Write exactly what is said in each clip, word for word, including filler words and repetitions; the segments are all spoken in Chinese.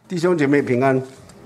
弟兄姐妹平安。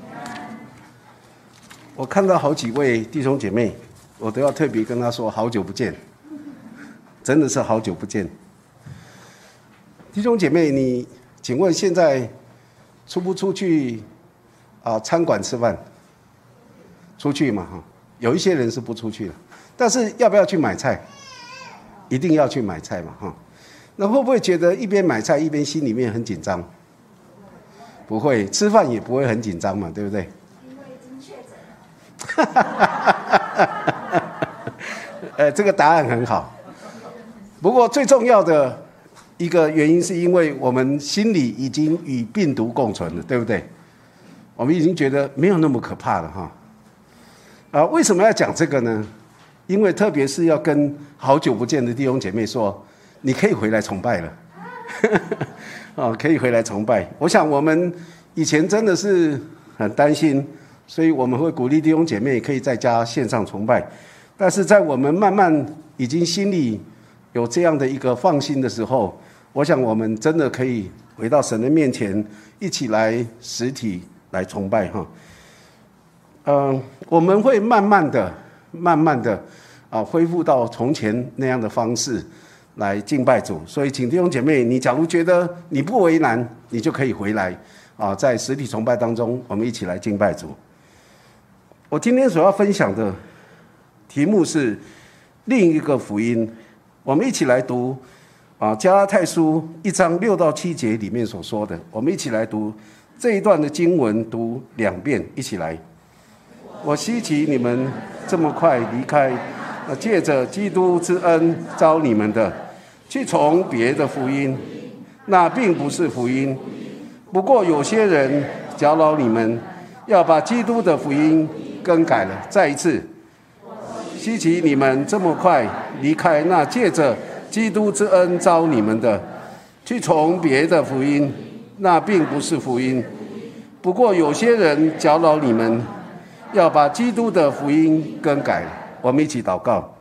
我看到好几位弟兄姐妹，我都要特别跟他说好久不见，真的是好久不见。弟兄姐妹，你请问现在出不出去啊？餐馆吃饭？出去嘛哈，有一些人是不出去的，但是要不要去买菜？一定要去买菜嘛哈。那会不会觉得一边买菜一边心里面很紧张？不会，吃饭也不会很紧张嘛，对不对？ 因为已经确诊了。 呃，这个答案很好。不过最重要的一个原因，是因为我们心里已经与病毒共存了，对不对？我们已经觉得没有那么可怕了哈。啊，为什么要讲这个呢？因为特别是要跟好久不见的弟兄姐妹说，你可以回来崇拜了。哦，可以回来崇拜。我想我们以前真的是很担心，所以我们会鼓励弟兄姐妹可以在家线上崇拜。但是在我们慢慢已经心里有这样的一个放心的时候，我想我们真的可以回到神的面前，一起来实体来崇拜哈。嗯，我们会慢慢的、慢慢的啊，恢复到从前那样的方式来敬拜主。所以请弟兄姐妹，你假如觉得你不为难，你就可以回来啊，在实体崇拜当中，我们一起来敬拜主。我今天所要分享的题目是另一个福音，我们一起来读啊加拉太书一章六到七节里面所说的，我们一起来读这一段的经文，读两遍，一起来。我希奇你们这么快离开借着基督之恩召你们的，去从别的福音，那并不是福音。不过有些人搅扰你们，要把基督的福音更改了。再一次，希奇你们这么快离开那借着基督之恩召你们的，去从别的福音，那并不是福音。不过有些人搅扰你们，要把基督的福音更改了。我们一起祷告。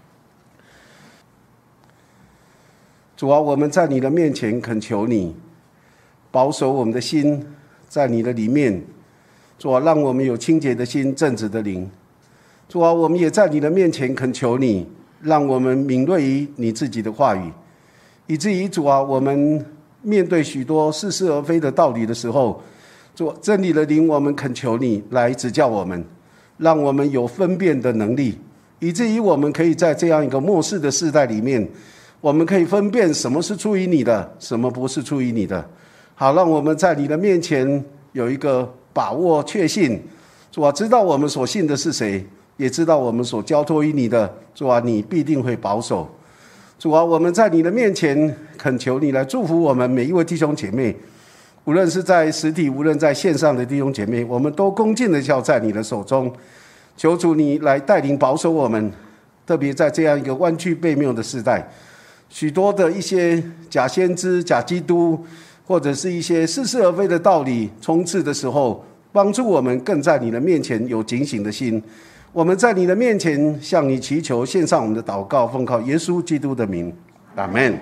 主啊，我们在你的面前恳求你保守我们的心在你的里面。主啊，让我们有清洁的心，正直的灵。主啊，我们也在你的面前恳求你，让我们敏锐于你自己的话语，以至于主啊，我们面对许多似是而非的道理的时候，主真理的灵，我们恳求你来指教我们，让我们有分辨的能力，以至于我们可以在这样一个末世的世代里面，我们可以分辨什么是出于你的，什么不是出于你的。好，让我们在你的面前有一个把握确信。主啊，知道我们所信的是谁，也知道我们所交托于你的，主啊，你必定会保守。主啊，我们在你的面前恳求你来祝福我们每一位弟兄姐妹，无论是在实体，无论在线上的弟兄姐妹，我们都恭敬的交在你的手中。求主你来带领保守我们，特别在这样一个弯曲悖谬的时代，许多的一些假先知、假基督，或者是一些似是而非的道理充斥的时候，帮助我们更在你的面前有警醒的心。我们在你的面前向你祈求，献上我们的祷告，奉靠耶稣基督的名，阿们。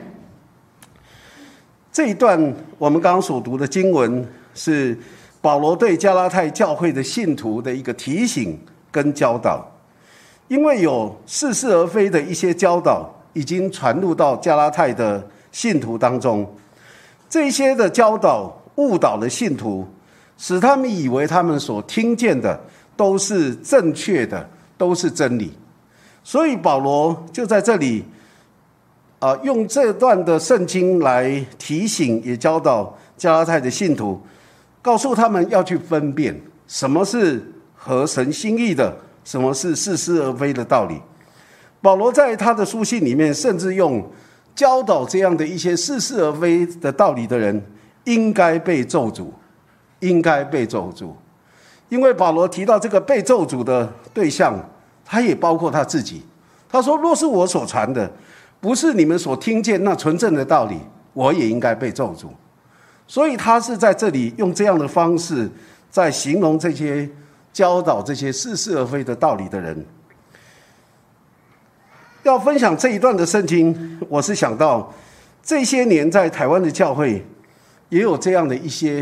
这一段我们刚刚所读的经文，是保罗对加拉太教会的信徒的一个提醒跟教导。因为有似是而非的一些教导已经传入到加拉太的信徒当中，这些的教导误导了信徒，使他们以为他们所听见的都是正确的，都是真理。所以保罗就在这里啊，用这段的圣经来提醒，也教导加拉太的信徒，告诉他们要去分辨什么是合神心意的，什么是似是而非的道理。保罗在他的书信里面，甚至用教导这样的一些似是而非的道理的人，应该被咒诅，应该被咒诅。因为保罗提到这个被咒诅的对象，他也包括他自己。他说，若是我所传的不是你们所听见那纯正的道理，我也应该被咒诅。所以他是在这里用这样的方式在形容这些教导这些似是而非的道理的人。要分享这一段的圣经，我是想到这些年在台湾的教会也有这样的一些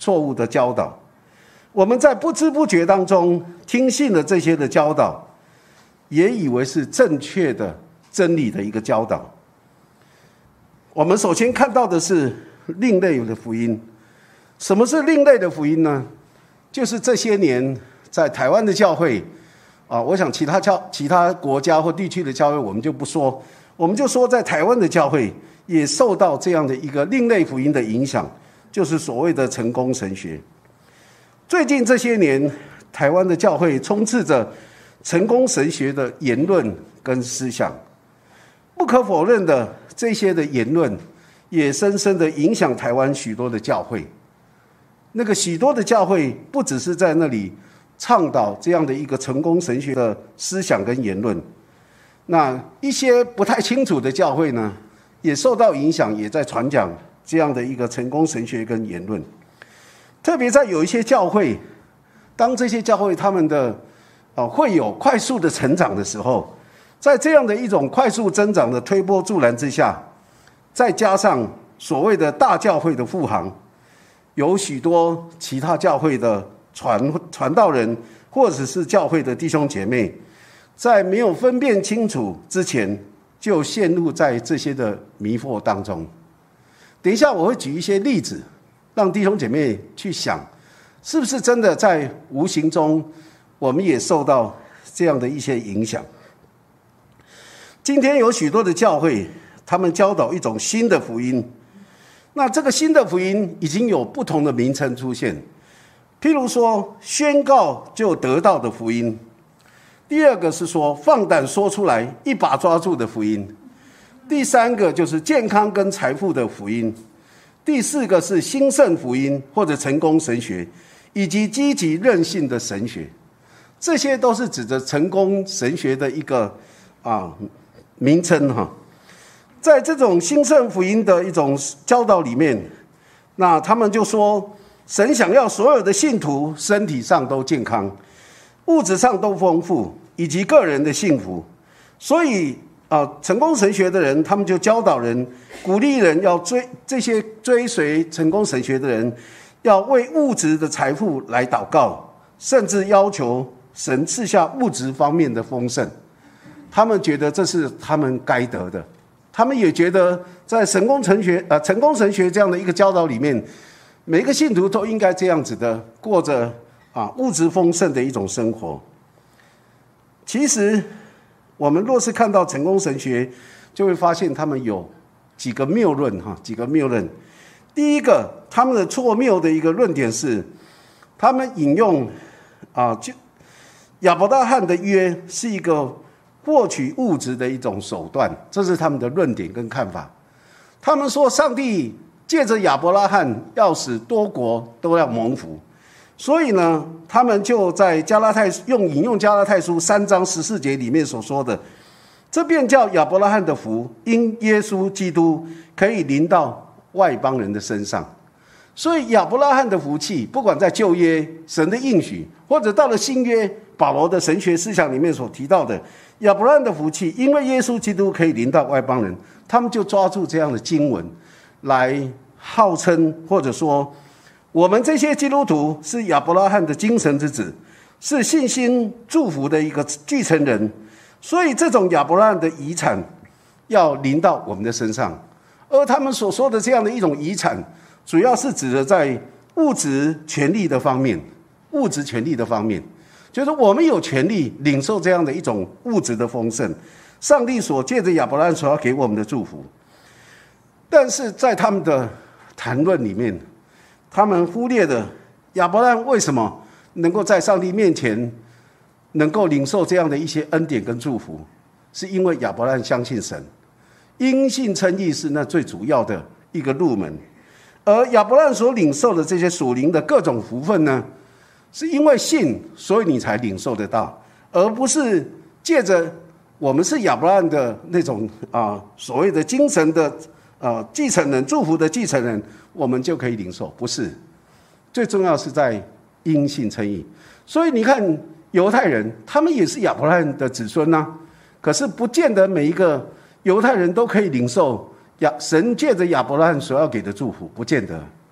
错误的教导，我们在不知不觉当中听信了这些的教导，也以为是正确的真理的一个教导。我们首先看到的是另类的福音。什么是另类的福音呢？就是这些年在台湾的教会啊，我想其他教其他国家或地区的教会我们就不说，我们就说在台湾的教会也受到这样的一个另类福音的影响，就是所谓的成功神学。最近这些年，台湾的教会充斥着成功神学的言论跟思想，不可否认的，这些的言论也深深的影响台湾许多的教会。那个许多的教会不只是在那里倡导这样的一个成功神学的思想跟言论，那一些不太清楚的教会呢，也受到影响，也在传讲这样的一个成功神学跟言论。特别在有一些教会，当这些教会他们的啊会有快速的成长的时候，在这样的一种快速增长的推波助澜之下，再加上所谓的大教会的复航，有许多其他教会的传传道人或者是教会的弟兄姐妹，在没有分辨清楚之前，就陷入在这些的迷惑当中。等一下我会举一些例子，让弟兄姐妹去想，是不是真的在无形中我们也受到这样的一些影响。今天有许多的教会，他们教导一种新的福音，那这个新的福音已经有不同的名称出现，譬如说宣告就得到的福音，第二个是说放胆说出来一把抓住的福音，第三个就是健康跟财富的福音，第四个是兴盛福音或者成功神学，以及积极韧性的神学。这些都是指着成功神学的一个啊名称哈。在这种兴盛福音的一种教导里面，那他们就说，神想要所有的信徒身体上都健康，物质上都丰富，以及个人的幸福。所以啊，成功神学的人，他们就教导人，鼓励人要追这些追随成功神学的人，要为物质的财富来祷告，甚至要求神赐下物质方面的丰盛。他们觉得这是他们该得的。他们也觉得在成功神学呃成功神学这样的一个教导里面，每个信徒都应该这样子的过着啊物质丰盛的一种生活。其实我们若是看到成功神学，就会发现他们有几个谬论哈，几个谬论。第一个，他们的错谬的一个论点是，他们引用啊就亚伯拉罕的约是一个获取物质的一种手段，这是他们的论点跟看法。他们说上帝借着亚伯拉罕要使多国都要蒙福，所以呢，他们就在加拉太用引用加拉太书三章十四节里面所说的，这便叫亚伯拉罕的福因耶稣基督可以临到外邦人的身上。所以亚伯拉罕的福气，不管在旧约神的应许，或者到了新约保罗的神学思想里面所提到的亚伯拉罕的福气，因为耶稣基督可以临到外邦人，他们就抓住这样的经文来号称，或者说我们这些基督徒是亚伯拉罕的精神之子，是信心祝福的一个继承人，所以这种亚伯拉罕的遗产要临到我们的身上。而他们所说的这样的一种遗产，主要是指的在物质权利的方面，物质权利的方面，就是我们有权利领受这样的一种物质的丰盛，上帝所借着亚伯拉罕所要给我们的祝福。但是在他们的谈论里面，他们忽略了亚伯拉罕为什么能够在上帝面前能够领受这样的一些恩典跟祝福，是因为亚伯拉罕相信神，因信称义是那最主要的一个入门。而亚伯拉罕所领受的这些属灵的各种福分呢，是因为信，所以你才领受得到，而不是借着我们是亚伯拉罕的那种啊所谓的精神的啊继承人、祝福的继承人，我们就可以领受，不是。最重要是在因信称义。所以你看犹太人，他们也是亚伯拉罕的子孙啊，可是不见得每一个犹太人都可以领受亚神借着亚伯拉罕所要给的祝福，不见得。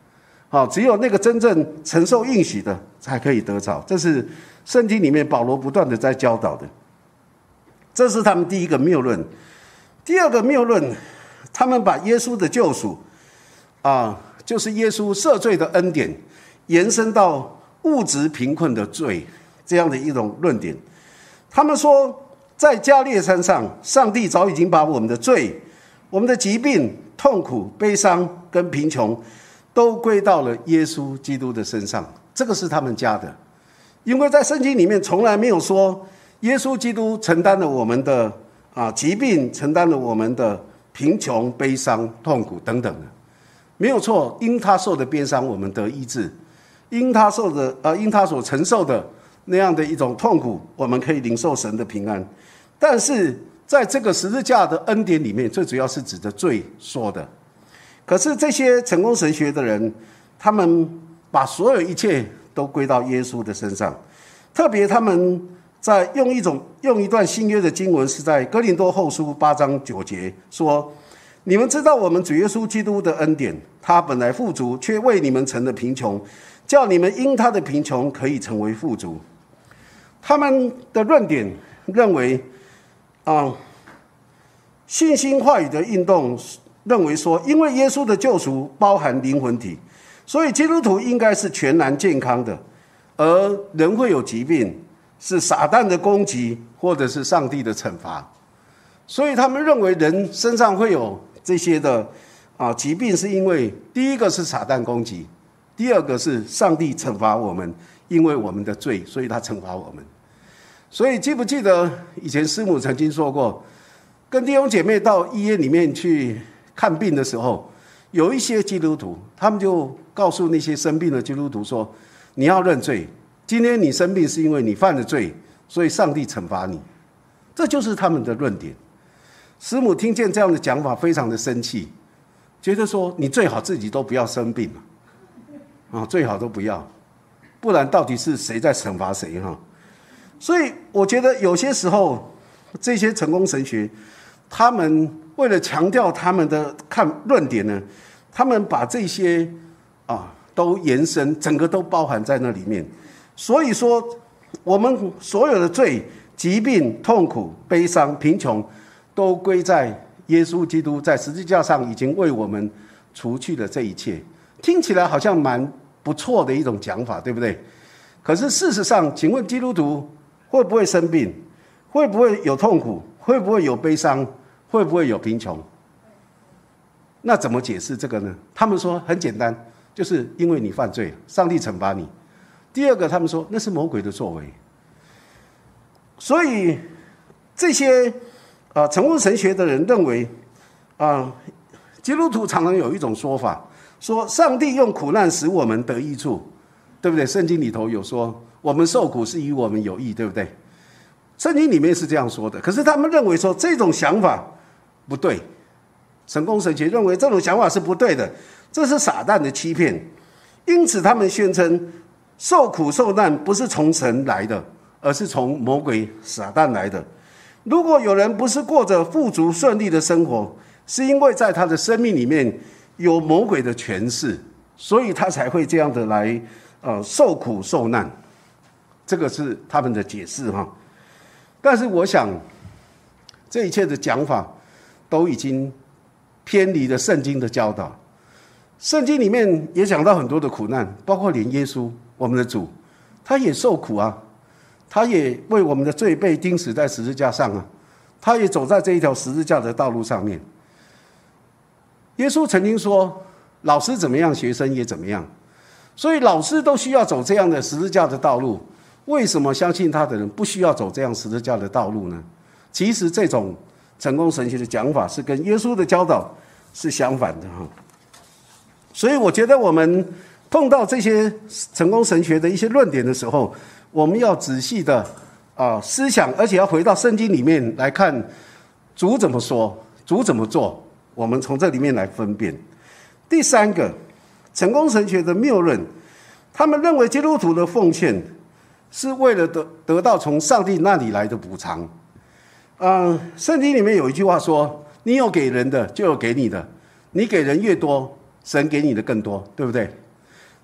好，只有那个真正承受应许的才可以得着，这是圣经里面保罗不断的在教导的。这是他们第一个谬论。第二个谬论，他们把耶稣的救赎啊，就是耶稣赦罪的恩典，延伸到物质贫困的罪这样的一种论点。他们说，在加略山上，上帝早已经把我们的罪、我们的疾病、痛苦、悲伤跟贫穷都归到了耶稣基督的身上，这个是他们加的。因为在圣经里面从来没有说耶稣基督承担了我们的啊疾病，承担了我们的贫穷、悲伤、痛苦等等的，没有错。因他受的鞭伤，我们得医治；因他受的呃，因他所承受的那样的一种痛苦，我们可以领受神的平安。但是在这个十字架的恩典里面，最主要是指着罪说的。可是这些成功神学的人，他们把所有一切都归到耶稣的身上。特别他们在用一种用一段新约的经文，是在哥林多后书八章九节说：你们知道我们主耶稣基督的恩典，他本来富足，却为你们成了贫穷，叫你们因他的贫穷可以成为富足。他们的论点认为啊、嗯，信心话语的运动认为说，因为耶稣的救赎包含灵魂体，所以基督徒应该是全然健康的，而人会有疾病，是撒旦的攻击，或者是上帝的惩罚。所以他们认为人身上会有这些的啊疾病，是因为第一个是撒旦攻击，第二个是上帝惩罚我们，因为我们的罪，所以他惩罚我们。所以记不记得以前师母曾经说过，跟弟兄姐妹到医院里面去看病的时候，有一些基督徒，他们就告诉那些生病的基督徒说，你要认罪，今天你生病是因为你犯了罪，所以上帝惩罚你。这就是他们的论点。师母听见这样的讲法非常的生气，觉得说你最好自己都不要生病啊，最好都不要，不然到底是谁在惩罚谁哈？所以我觉得有些时候这些成功神学，他们为了强调他们的看论点呢，他们把这些啊都延伸，整个都包含在那里面。所以说，我们所有的罪、疾病、痛苦、悲伤、贫穷，都归在耶稣基督在十字架上已经为我们除去了这一切。听起来好像蛮不错的一种讲法，对不对？可是事实上，请问基督徒会不会生病？会不会有痛苦？会不会有悲伤？会不会有贫穷？那怎么解释这个呢？他们说很简单，就是因为你犯罪，上帝惩罚你。第二个，他们说那是魔鬼的作为。所以这些啊成功神学的人认为啊，基督徒常常有一种说法，说上帝用苦难使我们得益处，对不对？圣经里头有说，我们受苦是与我们有益，对不对？圣经里面是这样说的。可是他们认为说这种想法不对，成功神学认为这种想法是不对的，这是撒旦的欺骗。因此他们宣称受苦受难不是从神来的，而是从魔鬼撒旦来的。如果有人不是过着富足顺利的生活，是因为在他的生命里面有魔鬼的权势，所以他才会这样的来呃受苦受难。这个是他们的解释哈。但是我想这一切的讲法都已经偏离了圣经的教导。圣经里面也讲到很多的苦难，包括连耶稣我们的主他也受苦啊，他也为我们的罪被钉死在十字架上啊，他也走在这一条十字架的道路上面。耶稣曾经说，老师怎么样，学生也怎么样。所以老师都需要走这样的十字架的道路，为什么相信他的人不需要走这样十字架的道路呢？其实这种成功神学的讲法是跟耶稣的教导是相反的哈。所以我觉得我们碰到这些成功神学的一些论点的时候，我们要仔细的啊思想，而且要回到圣经里面来看主怎么说，主怎么做，我们从这里面来分辨。第三个，成功神学的谬论，他们认为基督徒的奉献是为了得得到从上帝那里来的补偿。嗯，圣经里面有一句话说，你有给人的就有给你的，你给人越多，神给你的更多，对不对？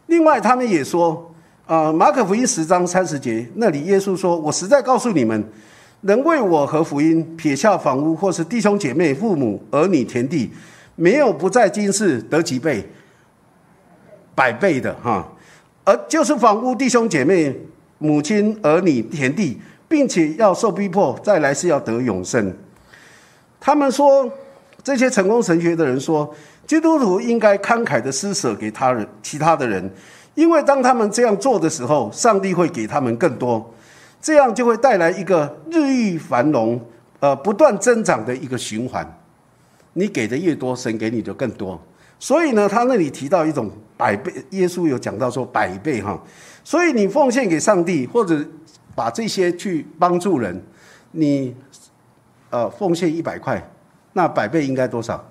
另外，他们也说，呃，马可福音十章三十节那里，耶稣说：“我实在告诉你们，能为我和福音撇下房屋，或是弟兄姐妹、父母、儿女、田地，没有不在今世得几倍，百倍的哈。而就是房屋、弟兄姐妹、母亲、儿女、田地，并且要受逼迫，再来是要得永生。”他们说，这些成功神学的人说，基督徒应该慷慨的施舍给他人、其他的人，因为当他们这样做的时候，上帝会给他们更多，这样就会带来一个日益繁荣、呃不断增长的一个循环。你给的越多，神给你的更多。所以呢，他那里提到一种百倍，耶稣有讲到说百倍哈。所以你奉献给上帝，或者把这些去帮助人，你呃奉献一百块，那百倍应该多少？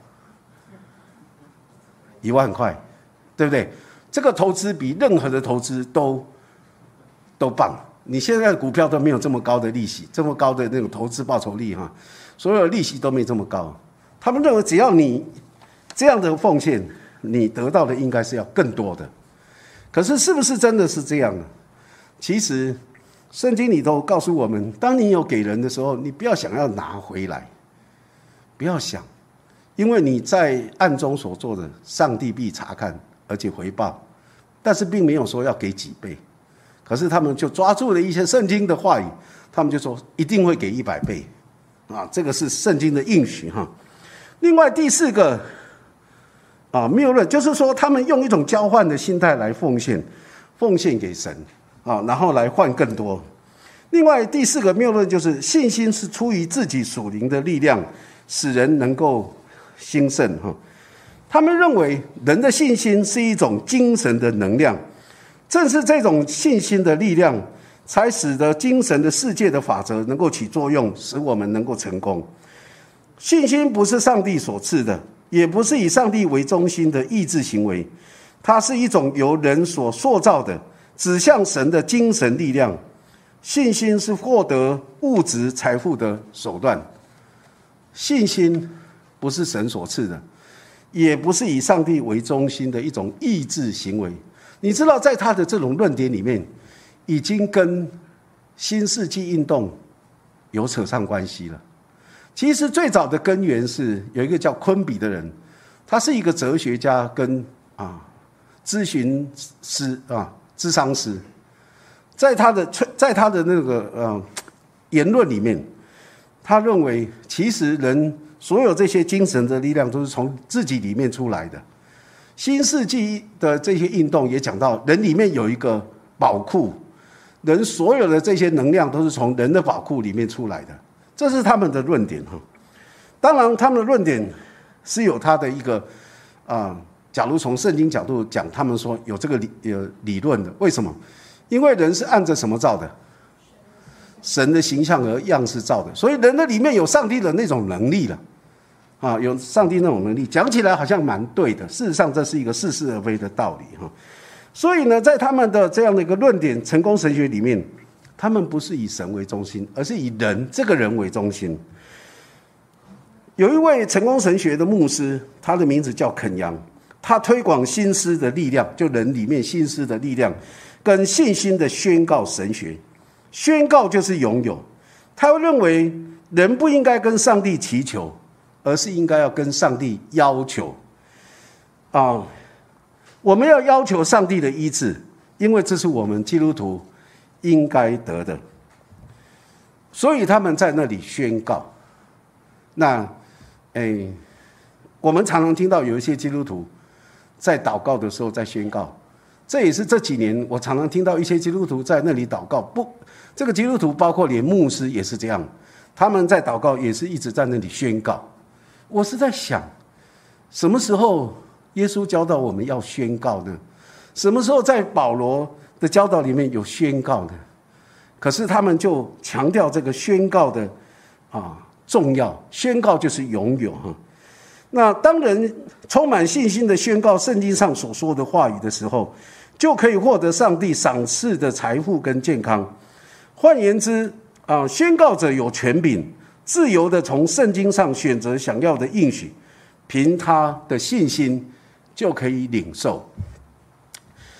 一万块，对不对？这个投资比任何的投资都都棒。你现在的股票都没有这么高的利息，这么高的那种投资报酬率哈，所有的利息都没这么高。他们认为只要你这样的奉献，你得到的应该是要更多的。可是是不是真的是这样呢？其实圣经里头告诉我们，当你有给人的时候，你不要想要拿回来，不要想，因为你在暗中所做的，上帝必察看，而且回报。但是并没有说要给几倍，可是他们就抓住了一些圣经的话语，他们就说一定会给一百倍啊，这个是圣经的应许哈。另外第四个啊谬论，就是说他们用一种交换的心态来奉献，奉献给神啊，然后来换更多。另外第四个谬论就是信心是出于自己属灵的力量，使人能够兴盛哈。他们认为人的信心是一种精神的能量，正是这种信心的力量，才使得精神的世界的法则能够起作用，使我们能够成功。信心不是上帝所赐的，也不是以上帝为中心的意志行为，它是一种由人所塑造的指向神的精神力量。信心是获得物质财富的手段，信心不是神所赐的，也不是以上帝为中心的一种意志行为。你知道，在他的这种论点里面，已经跟新世纪运动有扯上关系了。其实最早的根源是有一个叫昆比的人，他是一个哲学家跟啊咨询师啊咨商师，在他的在他的那个呃言论里面，他认为其实人所有这些精神的力量都是从自己里面出来的。新世纪的这些运动也讲到，人里面有一个宝库，人所有的这些能量都是从人的宝库里面出来的，这是他们的论点哈。当然，他们的论点是有他的一个啊、呃，假如从圣经角度讲，他们说有这个理有理论的。为什么？因为人是按着什么造的？神的形象和样式造的，所以人的里面有上帝的那种能力了。啊，有上帝那种能力，讲起来好像蛮对的，事实上这是一个似是而非的道理哈。所以呢，在他们的这样的一个论点成功神学里面，他们不是以神为中心，而是以人这个人为中心。有一位成功神学的牧师，他的名字叫肯扬，他推广心思的力量，就人里面心思的力量，跟信心的宣告神学。宣告就是拥有，他认为人不应该跟上帝祈求，而是应该要跟上帝要求啊！我们要要求上帝的医治，因为这是我们基督徒应该得的。所以他们在那里宣告。那，哎，我们常常听到有一些基督徒在祷告的时候在宣告，这也是这几年我常常听到一些基督徒在那里祷告。不，这个基督徒包括连牧师也是这样，他们在祷告也是一直在那里宣告。我是在想，什么时候耶稣教导我们要宣告呢？什么时候在保罗的教导里面有宣告呢？可是他们就强调这个宣告的啊重要，宣告就是拥有哈。那当人充满信心的宣告圣经上所说的话语的时候，就可以获得上帝赏赐的财富跟健康。换言之啊，宣告者有权柄，自由的从圣经上选择想要的应许，凭他的信心就可以领受。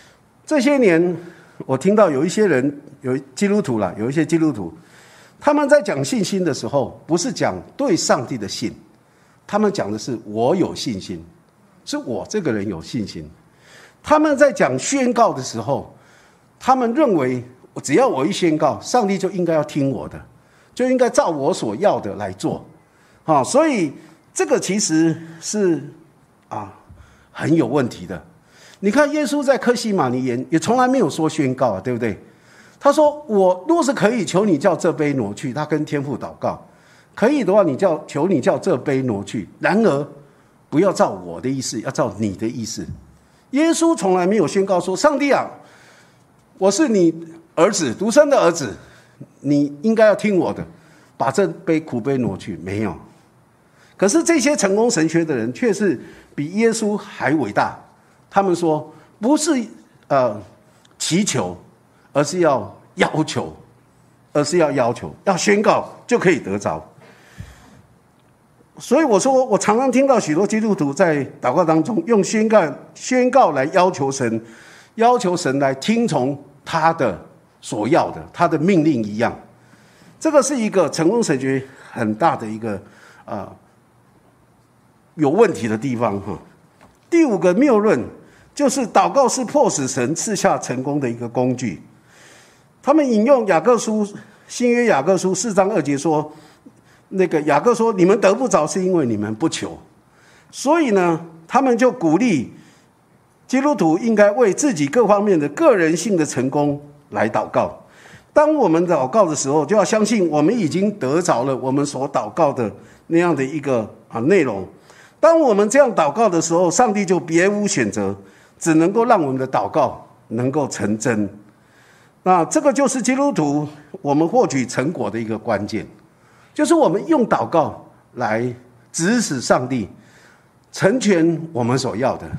这些年，我听到有一些人，有基督徒啦，有一些基督徒，他们在讲信心的时候，不是讲对上帝的信，他们讲的是我有信心，是我这个人有信心。他们在讲宣告的时候，他们认为只要我一宣告，上帝就应该要听我的，就应该照我所要的来做。啊，所以这个其实是啊很有问题的。你看耶稣在客西马尼园也从来没有说宣告啊，对不对？他说我若是可以，求你叫这杯挪去。他跟天父祷告，可以的话，你叫求你叫这杯挪去。然而不要照我的意思，要照你的意思。耶稣从来没有宣告说，上帝啊，我是你儿子，独生的儿子，你应该要听我的，把这杯苦杯挪去。没有。可是这些成功神学的人却是比耶稣还伟大。他们说不是呃祈求，而是要要求，而是要要求，要宣告就可以得着。所以我说，我常常听到许多基督徒在祷告当中用宣告宣告来要求神，要求神来听从他的所要的，他的命令一样。这个是一个成功神学很大的一个啊、呃、有问题的地方哈。第五个谬论就是祷告是迫使神赐下成功的一个工具。他们引用雅各书新约雅各书四章二节说，那个雅各说，你们得不着是因为你们不求。所以呢，他们就鼓励基督徒应该为自己各方面的个人性的成功来祷告。当我们祷告的时候，就要相信我们已经得着了我们所祷告的那样的一个啊内容。当我们这样祷告的时候，上帝就别无选择，只能够让我们的祷告能够成真。那这个就是基督徒我们获取成果的一个关键，就是我们用祷告来指使上帝成全我们所要的。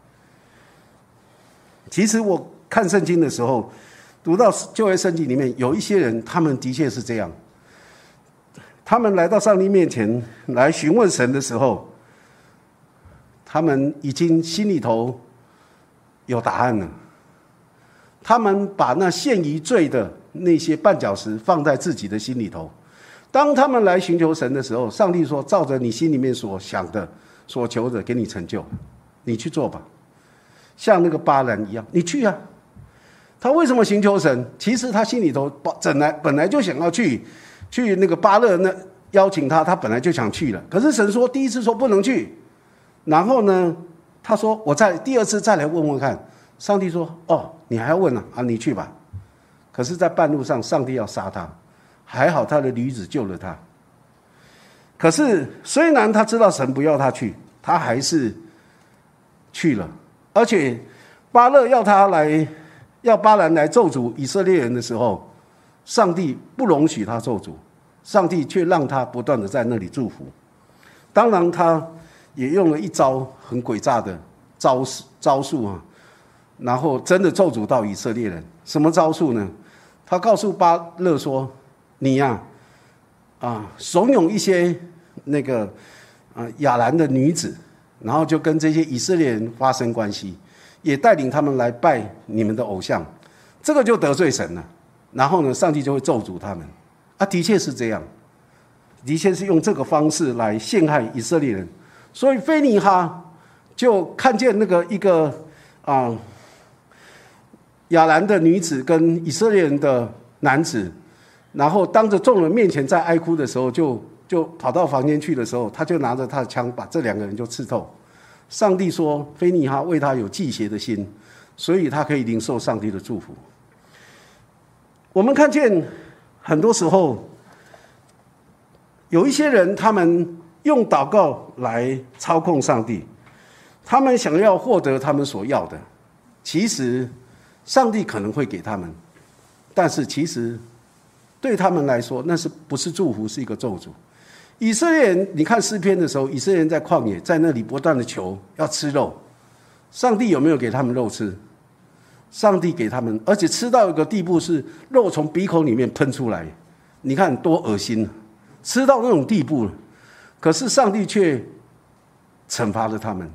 其实我看圣经的时候，读到旧约圣经里面有一些人，他们的确是这样，他们来到上帝面前来询问神的时候，他们已经心里头有答案了。他们把那陷于罪的那些绊脚石放在自己的心里头。当他们来寻求神的时候，上帝说，照着你心里面所想的所求的给你成就，你去做吧。像那个巴兰一样，你去啊。他为什么寻求神？其实他心里头本来本来就想要去去那个巴勒那邀请他，他本来就想去了。可是神说，第一次说不能去，然后呢，他说我再第二次再来问问看。上帝说，哦，你还要问啊？啊，你去吧。可是在半路上，上帝要杀他，还好他的驴子救了他。可是虽然他知道神不要他去，他还是去了。而且巴勒要他来，要巴兰来咒诅以色列人的时候，上帝不容许他咒诅，上帝却让他不断的在那里祝福。当然他也用了一招很诡诈的招招数啊，然后真的咒诅到以色列人。什么招数呢？他告诉巴勒说，你呀、啊，啊，怂恿一些那个啊亚兰的女子，然后就跟这些以色列人发生关系，也带领他们来拜你们的偶像，这个就得罪神了。然后呢，上帝就会咒诅他们。啊，的确是这样，的确是用这个方式来陷害以色列人。所以菲尼哈就看见那个一个啊亚兰的女子跟以色列人的男子，然后当着众人面前在哀哭的时候，就就跑到房间去的时候，他就拿着他的枪把这两个人就刺透。上帝说，菲尼哈为他有忌邪的心，所以他可以领受上帝的祝福。我们看见很多时候有一些人，他们用祷告来操控上帝，他们想要获得他们所要的，其实上帝可能会给他们，但是其实对他们来说，那是不是祝福，是一个咒诅。以色列人，你看诗篇的时候，以色列人在旷野，在那里不断的求要吃肉，上帝有没有给他们肉吃？上帝给他们，而且吃到一个地步是肉从鼻孔里面喷出来，你看多恶心，吃到那种地步了。可是上帝却惩罚了他们，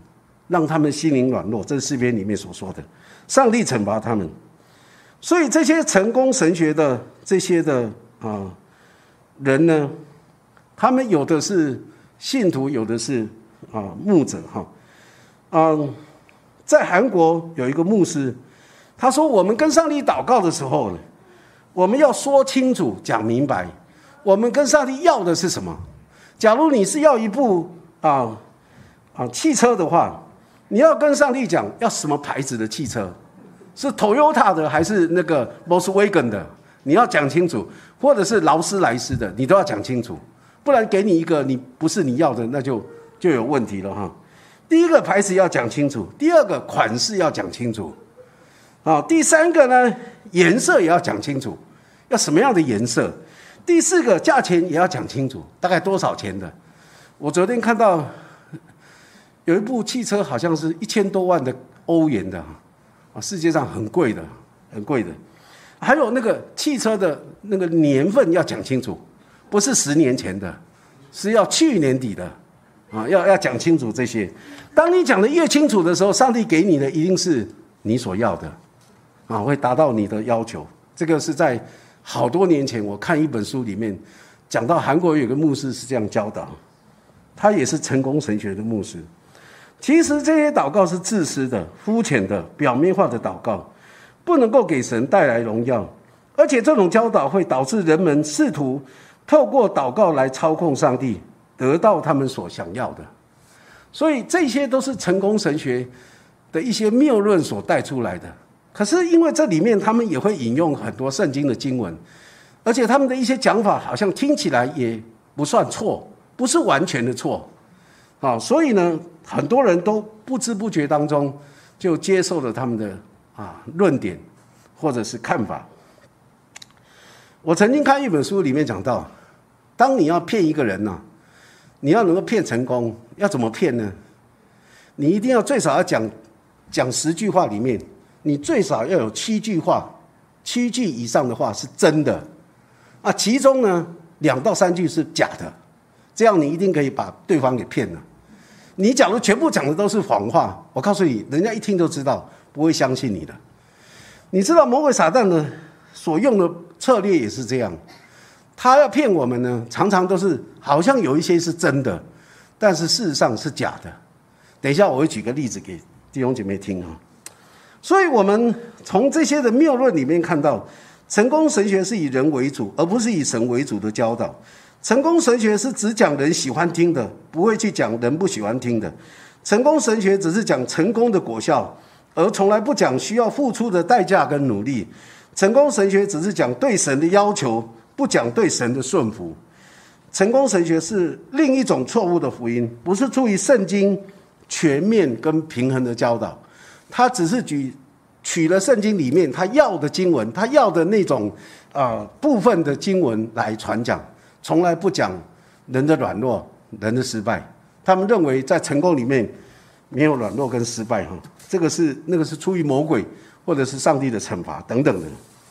让他们心灵软弱，这是诗篇里面所说的。上帝惩罚他们，所以这些成功神学的这些的啊人呢，他们有的是信徒，有的是啊牧者哈。嗯，在韩国有一个牧师，他说我们跟上帝祷告的时候呢，我们要说清楚、讲明白，我们跟上帝要的是什么。假如你是要一部啊啊汽车的话，你要跟上帝讲要什么牌子的汽车，是 Toyota 的还是那个 Volkswagen 的，你要讲清楚，或者是劳斯莱斯的，你都要讲清楚，不然给你一个你不是你要的，那就就有问题了哈。第一个牌子要讲清楚，第二个款式要讲清楚，啊，第三个呢颜色也要讲清楚，要什么样的颜色。第四个价钱也要讲清楚，大概多少钱的。我昨天看到有一部汽车，好像是一千多万的欧元的，啊，世界上很贵的，很贵的。还有那个汽车的那个年份要讲清楚，不是十年前的，是要去年底的，啊，要要讲清楚这些。当你讲的越清楚的时候，上帝给你的一定是你所要的，啊，会达到你的要求。这个是在好多年前我看一本书里面讲到，韩国有个牧师是这样教导，他也是成功神学的牧师。其实这些祷告是自私的、肤浅的、表面化的祷告，不能够给神带来荣耀，而且这种教导会导致人们试图透过祷告来操控上帝，得到他们所想要的。所以这些都是成功神学的一些谬论所带出来的。可是因为这里面他们也会引用很多圣经的经文，而且他们的一些讲法好像听起来也不算错，不是完全的错，啊，所以呢，很多人都不知不觉当中就接受了他们的啊论点或者是看法。我曾经看一本书里面讲到，当你要骗一个人呢、啊，你要能够骗成功，要怎么骗呢？你一定要最少要讲讲十句话里面，你最少要有七句话，七句以上的话是真的，啊，其中呢两到三句是假的，这样你一定可以把对方给骗了。你假如全部讲的都是谎话，我告诉你，人家一听就知道，不会相信你的。你知道魔鬼撒旦呢所用的策略也是这样，他要骗我们呢，常常都是好像有一些是真的，但是事实上是假的。等一下我会举个例子给弟兄姐妹听啊。所以我们从这些的谬论里面看到，成功神学是以人为主，而不是以神为主的教导。成功神学是只讲人喜欢听的，不会去讲人不喜欢听的。成功神学只是讲成功的果效，而从来不讲需要付出的代价跟努力。成功神学只是讲对神的要求，不讲对神的顺服。成功神学是另一种错误的福音，不是出于圣经全面跟平衡的教导，他只是举取了圣经里面他要的经文，他要的那种呃部分的经文来传讲，从来不讲人的软弱、人的失败。他们认为在成功里面没有软弱跟失败哈，这个是那个是出于魔鬼或者是上帝的惩罚等等的。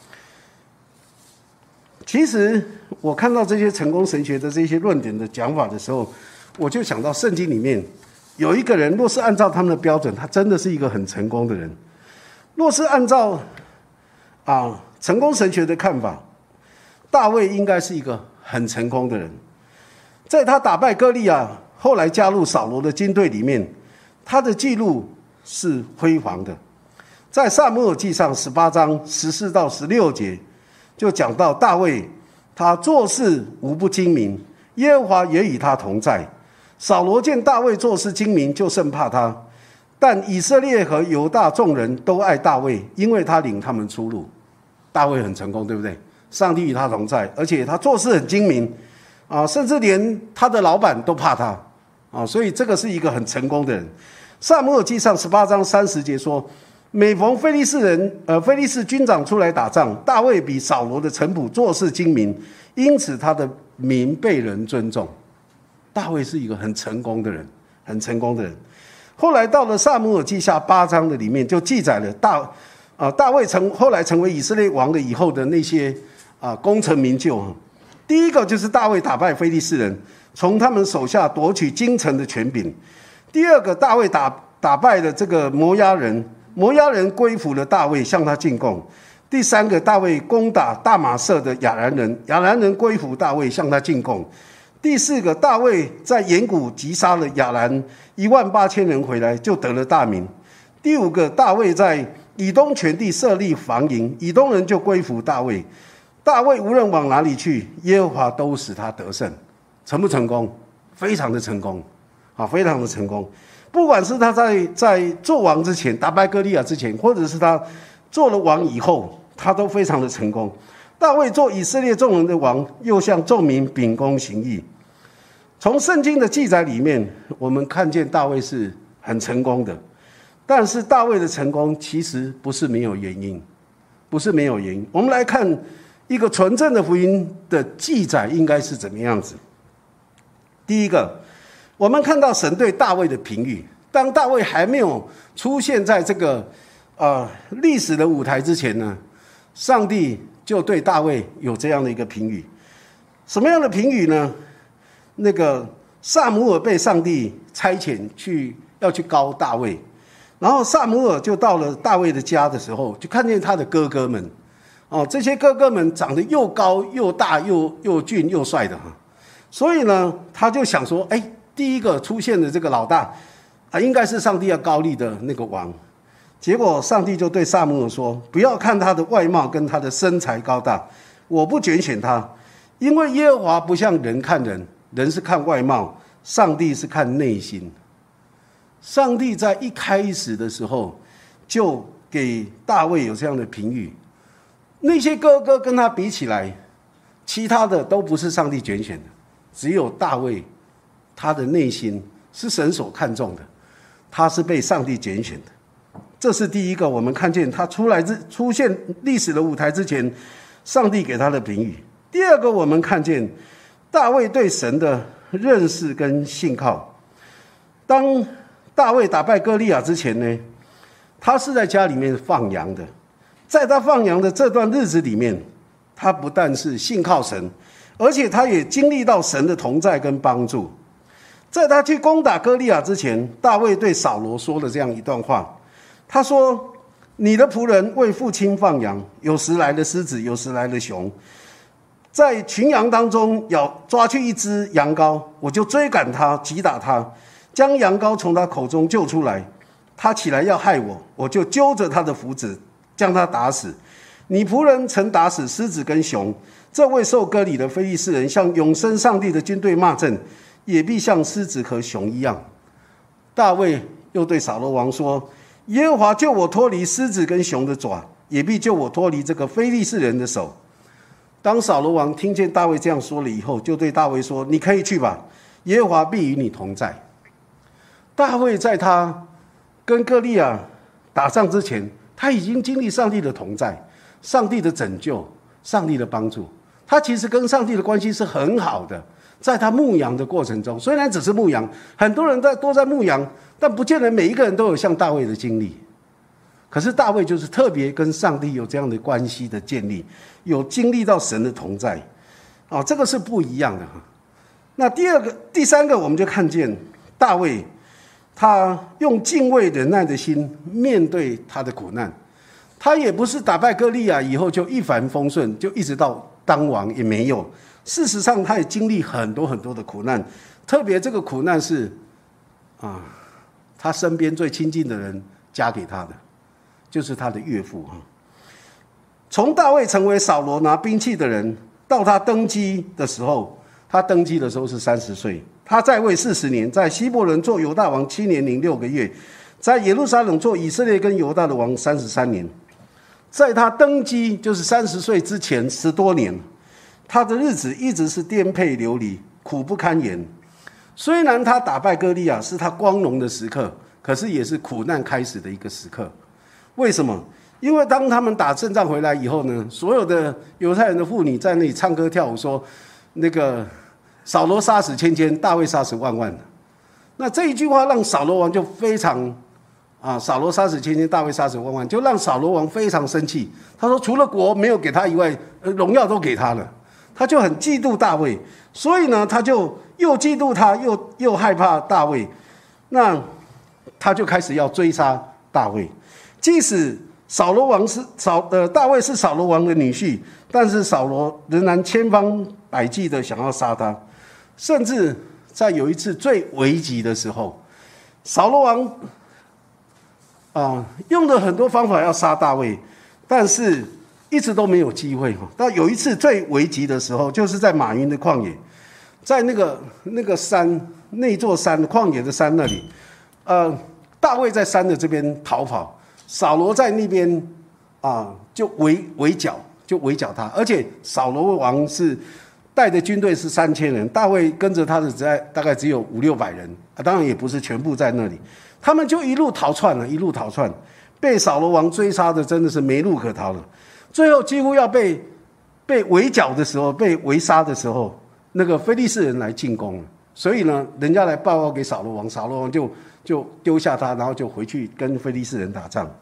其实我看到这些成功神学的这些论点的讲法的时候，我就想到圣经里面有一个人，若是按照他们的标准，他真的是一个很成功的人。若是按照啊成功神学的看法，大卫应该是一个很成功的人。在他打败歌利亚，后来加入扫罗的军队里面，他的记录是辉煌的。在撒母耳记上十八章十四到十六节就讲到大卫，他做事无不精明，耶和华也与他同在。扫罗见大卫做事精明，就甚怕他。但以色列和犹大众人都爱大卫，因为他领他们出路。大卫很成功，对不对？上帝与他同在，而且他做事很精明啊，甚至连他的老板都怕他啊，所以这个是一个很成功的人。撒母耳记上十八章三十节说，每逢非利士人呃非利士军长出来打仗，大卫比扫罗的臣仆做事精明，因此他的名被人尊重。大卫是一个很成功的人，很成功的人。后来到了撒母耳记下八章的里面，就记载了大啊大卫成后来成为以色列王了以后的那些啊功成名就。第一个就是大卫打败非利士人，从他们手下夺取京城的权柄。第二个，大卫打打败了这个摩押人，摩押人归服了大卫，向他进贡。第三个，大卫攻打大马色的亚兰人，亚兰人归服大卫，向他进贡。第四个，大卫在岩谷击杀了亚兰一万八千人回来，就得了大名。第五个，大卫在以东全地设立防营，以东人就归服大卫。大卫无论往哪里去，耶和华都使他得胜。成不成功？非常的成功，啊，非常的成功。不管是他在在做王之前，打败歌利亚之前，或者是他做了王以后，他都非常的成功。大卫做以色列众人的王，又向众民秉公行义。从圣经的记载里面，我们看见大卫是很成功的。但是大卫的成功其实不是没有原因，不是没有原因。我们来看一个纯正的福音的记载应该是怎么样子。第一个，我们看到神对大卫的评语。当大卫还没有出现在这个呃历史的舞台之前呢，上帝就对大卫有这样的一个评语。什么样的评语呢？那个撒母耳被上帝差遣去要去膏大卫，然后撒母耳就到了大卫的家的时候，就看见他的哥哥们，哦，这些哥哥们长得又高又大又又俊又帅的哈，所以呢，他就想说，哎，第一个出现的这个老大啊，应该是上帝要膏立的那个王。结果上帝就对撒母耳说，不要看他的外貌跟他的身材高大，我不拣选他，因为耶和华不像人看人，人是看外貌，上帝是看内心。上帝在一开始的时候就给大卫有这样的评语，那些哥哥跟他比起来，其他的都不是上帝拣选的，只有大卫，他的内心是神所看重的，他是被上帝拣选的。这是第一个，我们看见他出来之出现历史的舞台之前，上帝给他的评语。第二个，我们看见大卫对神的认识跟信靠。当大卫打败歌利亚之前呢，他是在家里面放羊的。在他放羊的这段日子里面，他不但是信靠神，而且他也经历到神的同在跟帮助。在他去攻打歌利亚之前，大卫对扫罗说了这样一段话，他说，你的仆人为父亲放羊，有时来了狮子，有时来了熊，在群羊当中咬抓去一只羊羔，我就追赶他，击打他，将羊羔从他口中救出来。他起来要害我，我就揪着他的胡子，将他打死。你仆人曾打死狮子跟熊，这位受割礼的非利士人向永生上帝的军队骂阵，也必像狮子和熊一样。大卫又对扫罗王说，耶和华救我脱离狮子跟熊的爪，也必救我脱离这个非利士人的手。当扫罗王听见大卫这样说了以后，就对大卫说，你可以去吧，耶和华必与你同在。大卫在他跟歌利亚打仗之前，他已经经历上帝的同在，上帝的拯救，上帝的帮助。他其实跟上帝的关系是很好的。在他牧羊的过程中，虽然只是牧羊，很多人在都在牧羊，但不见得每一个人都有像大卫的经历。可是大卫就是特别跟上帝有这样的关系的建立，有经历到神的同在，哦，这个是不一样的。那第二个、第三个，我们就看见大卫，他用敬畏忍耐的心面对他的苦难。他也不是打败歌利亚以后就一帆风顺，就一直到当王，也没有。事实上，他也经历很多很多的苦难，特别这个苦难是啊，他身边最亲近的人加给他的，就是他的岳父。从大卫成为扫罗拿兵器的人，到他登基的时候，他登基的时候是三十岁，他在位四十年，在希伯伦做犹大王七年零六个月，在耶路撒冷做以色列跟犹大的王三十三年。在他登基就是三十岁之前十多年，他的日子一直是颠沛流离，苦不堪言。虽然他打败歌利亚是他光荣的时刻，可是也是苦难开始的一个时刻。为什么？因为当他们打胜仗回来以后呢，所有的犹太人的妇女在那里唱歌跳舞，说那个扫罗杀死千千，大卫杀死万万。那这一句话让扫罗王就非常啊，扫罗杀死千千，大卫杀死万万，就让扫罗王非常生气。他说，除了国没有给他以外，荣耀都给他了。他就很嫉妒大卫，所以呢，他就又嫉妒他，又又害怕大卫。那他就开始要追杀大卫。即使扫罗王是扫呃大卫是扫罗王的女婿，但是扫罗仍然千方百计的想要杀他，甚至在有一次最危急的时候，扫罗王啊、呃、用了很多方法要杀大卫，但是一直都没有机会。到有一次最危急的时候，就是在马云的旷野，在那个那个山那座山旷野的山那里，呃，大卫在山的这边逃跑，扫罗在那边啊就围围剿，就围剿他，而且扫罗王是带的军队是三千人，大卫跟着他的在大概只有五六百人啊，当然也不是全部在那里，他们就一路逃窜了，一路逃窜，被扫罗王追杀的真的是没路可逃了。最后几乎要被被围剿的时候，被围杀的时候，那个非利士人来进攻了，所以呢，人家来报告给扫罗王，扫罗王就就丢下他，然后就回去跟非利士人打仗。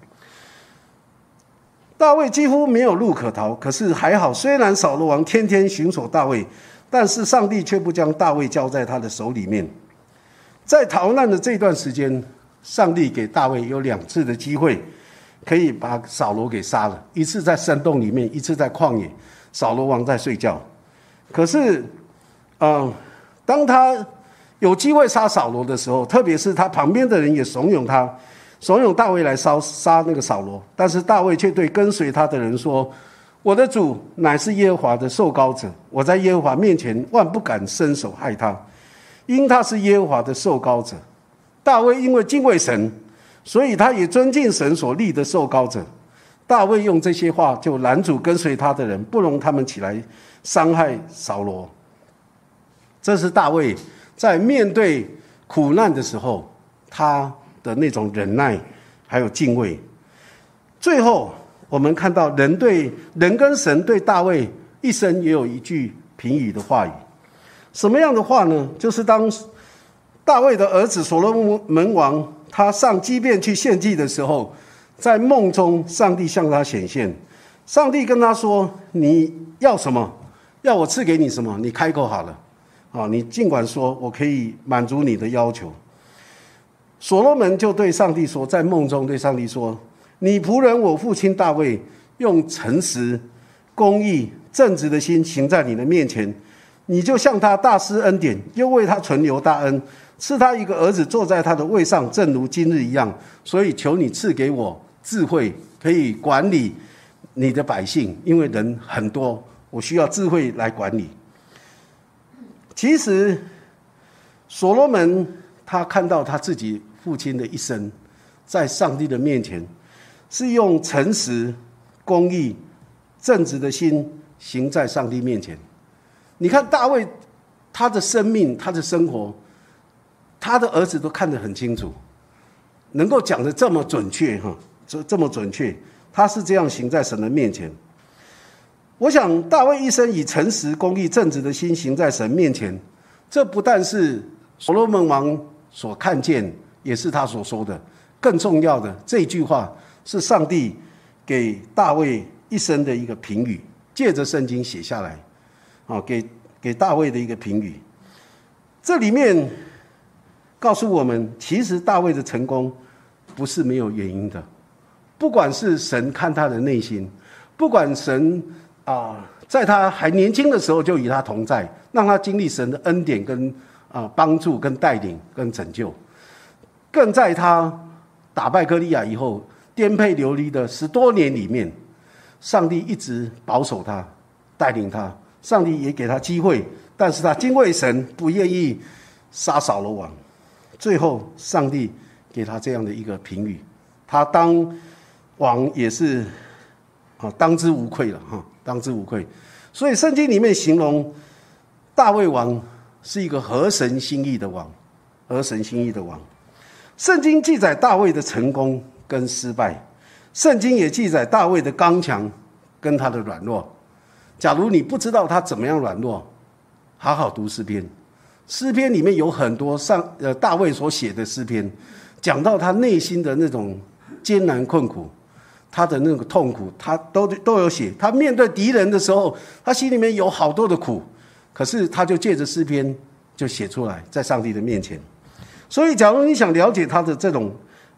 大卫几乎没有路可逃，可是还好，虽然扫罗王天天寻索大卫，但是上帝却不将大卫交在他的手里面。在逃难的这段时间，上帝给大卫有两次的机会可以把扫罗给杀了，一次在山洞里面，一次在旷野，扫罗王在睡觉。可是呃，当他有机会杀扫罗的时候，特别是他旁边的人也怂恿他怂恿大卫来杀杀那个扫罗，但是大卫却对跟随他的人说，我的主乃是耶和华的受膏者，我在耶和华面前万不敢伸手害他，因他是耶和华的受膏者。大卫因为敬畏神，所以他也尊敬神所立的受膏者。大卫用这些话就拦阻跟随他的人，不容他们起来伤害扫罗。这是大卫在面对苦难的时候他的那种忍耐还有敬畏。最后我们看到人对人跟神对大卫一生也有一句评语的话语。什么样的话呢？就是当大卫的儿子所罗门王他上基遍去献祭的时候，在梦中上帝向他显现，上帝跟他说，你要什么？要我赐给你什么？你开口好了，啊，你尽管说，我可以满足你的要求。所罗门就对上帝说，在梦中对上帝说，你仆人我父亲大卫用诚实公义正直的心行在你的面前，你就向他大施恩典，又为他存留大恩，赐他一个儿子坐在他的位上，正如今日一样。所以求你赐给我智慧，可以管理你的百姓，因为人很多，我需要智慧来管理。其实所罗门他看到他自己父亲的一生在上帝的面前是用诚实公义正直的心行在上帝面前。你看大卫他的生命他的生活，他的儿子都看得很清楚，能够讲得这么准确，这么准确，他是这样行在神的面前。我想大卫一生以诚实公义正直的心行在神面前，这不但是所罗门王所看见，也是他所说的。更重要的，这句话是上帝给大卫一生的一个评语，借着圣经写下来，啊，给给大卫的一个评语。这里面告诉我们，其实大卫的成功不是没有原因的。不管是神看他的内心，不管神啊，在他还年轻的时候就与他同在，让他经历神的恩典跟啊帮助、跟带领、跟拯救，更在他打败歌利亚以后颠沛流离的十多年里面，上帝一直保守他、带领他，上帝也给他机会，但是他敬畏神，不愿意杀扫罗王。最后，上帝给他这样的一个评语，他当王也是啊，当之无愧了哈，当之无愧。所以圣经里面形容大卫王是一个合神心意的王，合神心意的王。圣经记载大卫的成功跟失败，圣经也记载大卫的刚强跟他的软弱。假如你不知道他怎么样软弱，好好读诗篇。诗篇里面有很多上呃大卫所写的诗篇，讲到他内心的那种艰难困苦，他的那个痛苦，他都都有写。他面对敌人的时候，他心里面有好多的苦，可是他就借着诗篇就写出来，在上帝的面前。所以假如你想了解他的这种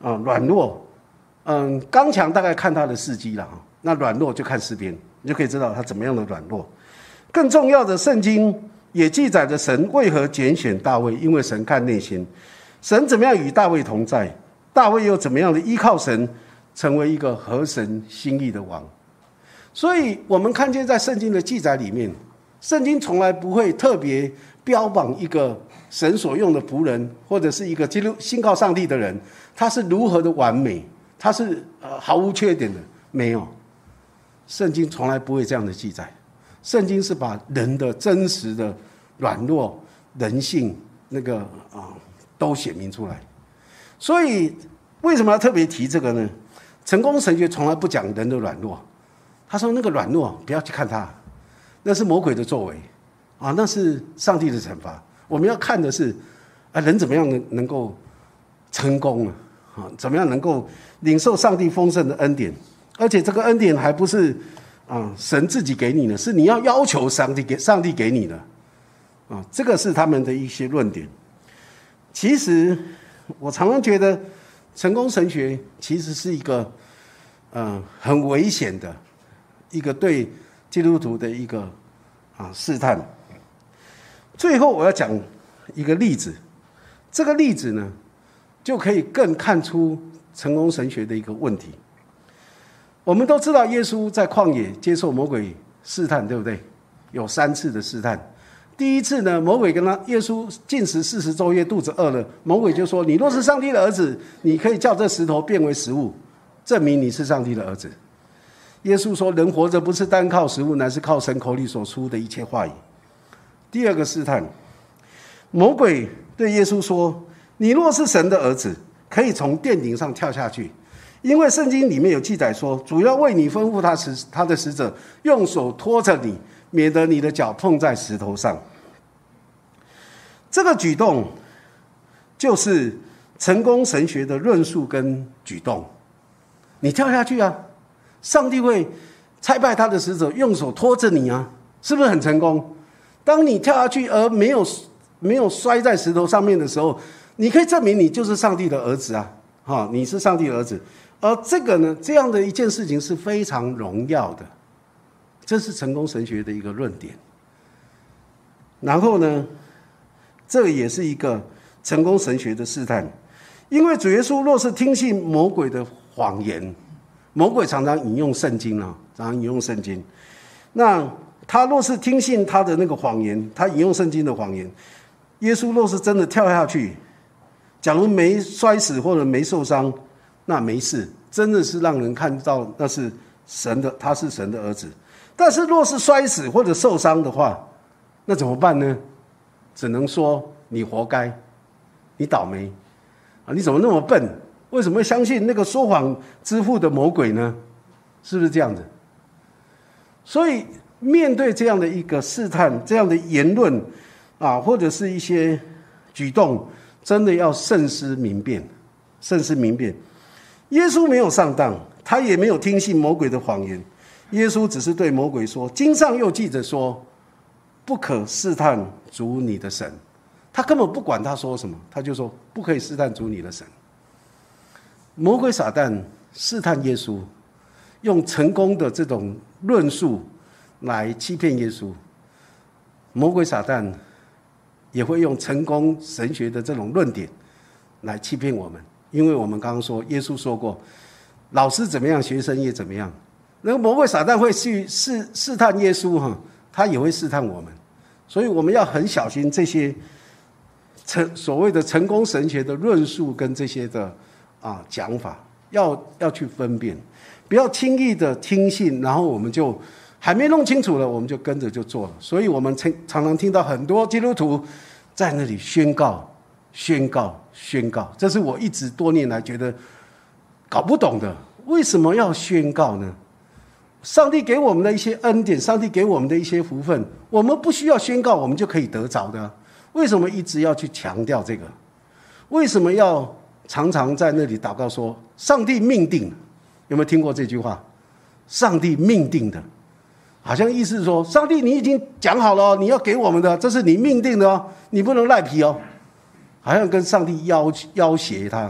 啊，软弱，嗯，刚强大概看他的事迹了，那软弱就看诗篇，你就可以知道他怎么样的软弱。更重要的，圣经也记载着神为何拣选大卫，因为神看内心，神怎么样与大卫同在，大卫又怎么样的依靠神，成为一个合神心意的王。所以我们看见在圣经的记载里面，圣经从来不会特别标榜一个神所用的仆人，或者是一个基督信靠上帝的人，他是如何的完美，他是呃毫无缺点的，没有。圣经从来不会这样的记载，圣经是把人的真实的软弱、人性那个啊、呃、都显明出来。所以为什么要特别提这个呢？成功神学从来不讲人的软弱，他说那个软弱不要去看他，那是魔鬼的作为啊，那是上帝的惩罚。我们要看的是啊，人怎么样能能够成功啊？啊，怎么样能够领受上帝丰盛的恩典？而且这个恩典还不是啊神自己给你的，是你要要求上帝给上帝给你的啊。这个是他们的一些论点。其实我常常觉得成功神学其实是一个嗯、呃、很危险的一个对基督徒的一个啊试探。最后我要讲一个例子，这个例子呢就可以更看出成功神学的一个问题。我们都知道耶稣在旷野接受魔鬼试探，对不对？有三次的试探。第一次呢，魔鬼跟他耶稣禁食四十昼夜，肚子饿了，魔鬼就说：“你若是上帝的儿子，你可以叫这石头变为食物，证明你是上帝的儿子。”耶稣说：“人活着不是单靠食物，乃是靠神口里所出的一切话语。”第二个试探，魔鬼对耶稣说：“你若是神的儿子，可以从殿顶上跳下去，因为圣经里面有记载说，主要为你吩咐他使他的使者用手托着你，免得你的脚碰在石头上。”这个举动就是成功神学的论述跟举动。你跳下去啊，上帝会差派他的使者用手托着你啊，是不是很成功？当你跳下去而没有没有摔在石头上面的时候，你可以证明你就是上帝的儿子啊，哈，你是上帝的儿子。而这个呢，这样的一件事情是非常荣耀的，这是成功神学的一个论点。然后呢，这也是一个成功神学的试探，因为主耶稣若是听信魔鬼的谎言，魔鬼常常引用圣经啊，常常引用圣经，那他若是听信他的那个谎言，他引用圣经的谎言，耶稣若是真的跳下去，假如没摔死或者没受伤，那没事，真的是让人看到那是神的，他是神的儿子。但是若是摔死或者受伤的话，那怎么办呢？只能说你活该，你倒霉啊！你怎么那么笨？为什么会相信那个说谎之父的魔鬼呢？是不是这样子？所以面对这样的一个试探，这样的言论啊，或者是一些举动，真的要慎思明辨，慎思明辨。耶稣没有上当，他也没有听信魔鬼的谎言。耶稣只是对魔鬼说：“经上又记着说，不可试探主你的神。”他根本不管他说什么，他就说不可以试探主你的神。魔鬼撒旦试探耶稣，用成功的这种论述来欺骗耶稣。魔鬼撒旦也会用成功神学的这种论点来欺骗我们，因为我们刚刚说耶稣说过，老师怎么样，学生也怎么样。那个魔鬼撒旦会去试试探耶稣哈，他也会试探我们，所以我们要很小心这些成所谓的成功神学的论述跟这些的啊讲法，要要去分辨，不要轻易的听信，然后我们就还没弄清楚了，我们就跟着就做了。所以我们常常听到很多基督徒在那里宣告、宣告、宣告，这是我一直多年来觉得搞不懂的，为什么要宣告呢？上帝给我们的一些恩典，上帝给我们的一些福分，我们不需要宣告，我们就可以得着的。为什么一直要去强调这个？为什么要常常在那里祷告说上帝命定？有没有听过这句话？上帝命定的，好像意思是说，上帝你已经讲好了，你要给我们的，这是你命定的哦，你不能赖皮哦，好像跟上帝要要挟他，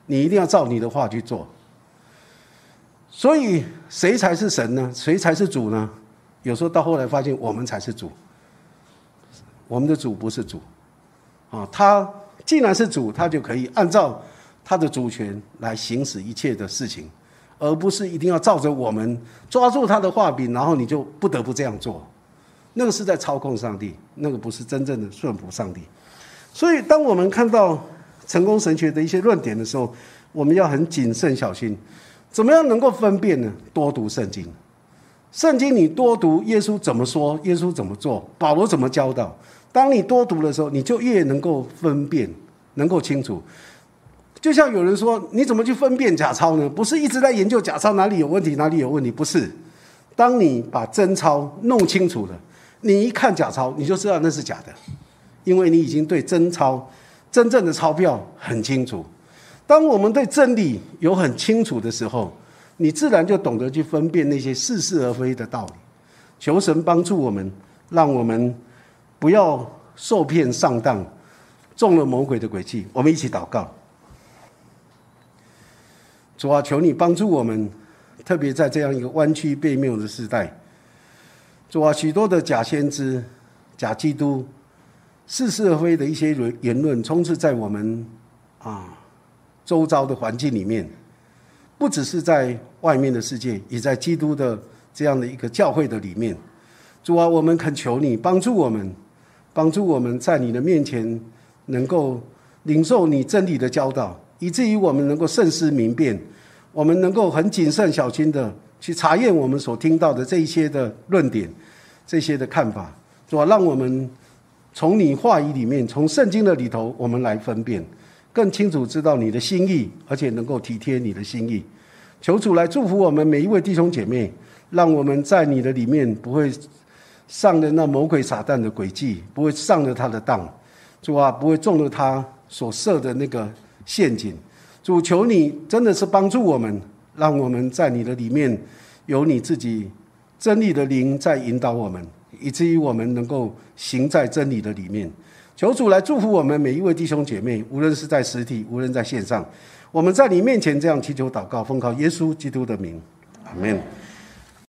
你一定要照你的话去做。所以谁才是神呢？谁才是主呢？有时候到后来发现我们才是主，我们的主不是主啊。他既然是主，他就可以按照他的主权来行使一切的事情，而不是一定要照着我们抓住他的画柄，然后你就不得不这样做。那个是在操控上帝，那个不是真正的顺服上帝。所以当我们看到成功神学的一些论点的时候，我们要很谨慎小心。怎么样能够分辨呢？多读圣经。圣经你多读，耶稣怎么说，耶稣怎么做，保罗怎么教导，当你多读的时候，你就越能够分辨，能够清楚。就像有人说，你怎么去分辨假钞呢？不是一直在研究假钞哪里有问题哪里有问题，不是。当你把真钞弄清楚了，你一看假钞你就知道那是假的，因为你已经对真钞真正的钞票很清楚。当我们对真理有很清楚的时候，你自然就懂得去分辨那些似是而非的道理。求神帮助我们，让我们不要受骗上当，中了魔鬼的诡计。我们一起祷告。主啊，求你帮助我们，特别在这样一个弯曲悖谬的时代。主啊，许多的假先知、假基督、似是而非的一些言论充斥在我们啊周遭的环境里面，不只是在外面的世界，也在基督的这样的一个教会的里面。主啊，我们恳求你帮助我们，帮助我们在你的面前能够领受你真理的教导，以至于我们能够慎思明辨，我们能够很谨慎小心的去查验我们所听到的这一些的论点，这些的看法。主啊，让我们从你话语里面，从圣经的里头，我们来分辨，更清楚知道你的心意，而且能够体贴你的心意。求主来祝福我们每一位弟兄姐妹，让我们在你的里面不会上了那魔鬼撒旦的诡计，不会上了他的当。主啊，不会中了他所设的那个陷阱。主，求你真的是帮助我们，让我们在你的里面有你自己真理的灵在引导我们，以至于我们能够行在真理的里面。求主来祝福我们每一位弟兄姐妹，无论是在实体，无论在线上，我们在你面前这样祈求祷告，奉靠耶稣基督的名，阿们。